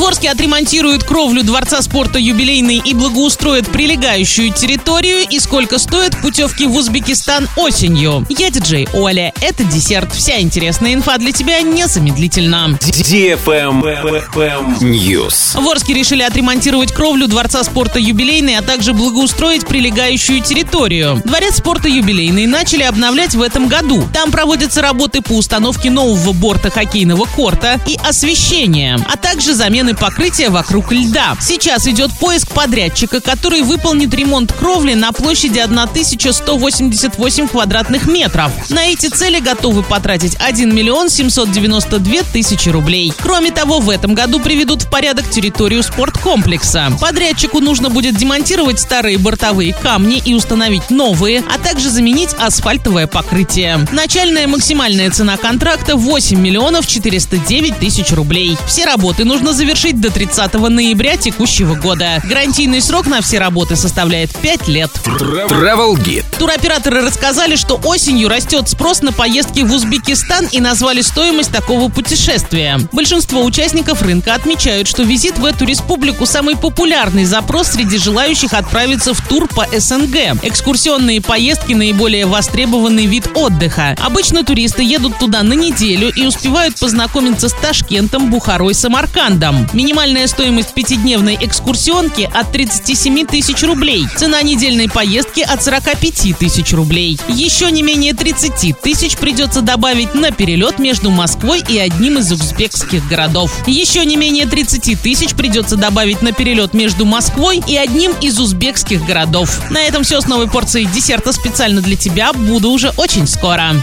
В Орске отремонтируют кровлю Дворца спорта «Юбилейный» и благоустроят прилегающую территорию. И сколько стоят путевки в Узбекистан осенью. Я диджей Оля. Это десерт. Вся интересная инфа для тебя незамедлительно. News. В Орске решили отремонтировать кровлю Дворца спорта «Юбилейный», а также благоустроить прилегающую территорию. Дворец спорта «Юбилейный» начали обновлять в этом году. Там проводятся работы по установке нового борта хоккейного корта и освещения, а также замены покрытия вокруг льда. Сейчас идет поиск подрядчика, который выполнит ремонт кровли на площади 1188 квадратных метров. На эти цели готовы потратить 1 миллион 792 тысячи рублей. Кроме того, в этом году приведут в порядок территорию спорткомплекса. Подрядчику нужно будет демонтировать старые бортовые камни и установить новые, а также заменить асфальтовое покрытие. Начальная максимальная цена контракта 8 миллионов 409 тысяч рублей. Все работы нужно завершить до 30 ноября текущего года. Гарантийный срок на все работы составляет 5 лет. Travel Guide. Туроператоры рассказали, что осенью растет спрос на поездки в Узбекистан и назвали стоимость такого путешествия. Большинство участников рынка отмечают, что визит в эту республику самый популярный запрос среди желающих отправиться в тур по СНГ. Экскурсионные поездки – наиболее востребованный вид отдыха. Обычно туристы едут туда на неделю и успевают познакомиться с Ташкентом, Бухарой, Самаркандом. Минимальная стоимость пятидневной экскурсионки от 37 тысяч рублей. Цена недельной поездки от 45 тысяч рублей. Еще не менее 30 тысяч придется добавить на перелет между Москвой и одним из узбекских городов. Еще не менее 30 тысяч придется добавить на перелет между Москвой и одним из узбекских городов. На этом все с новой порцией десерта специально для тебя. Буду уже очень скоро.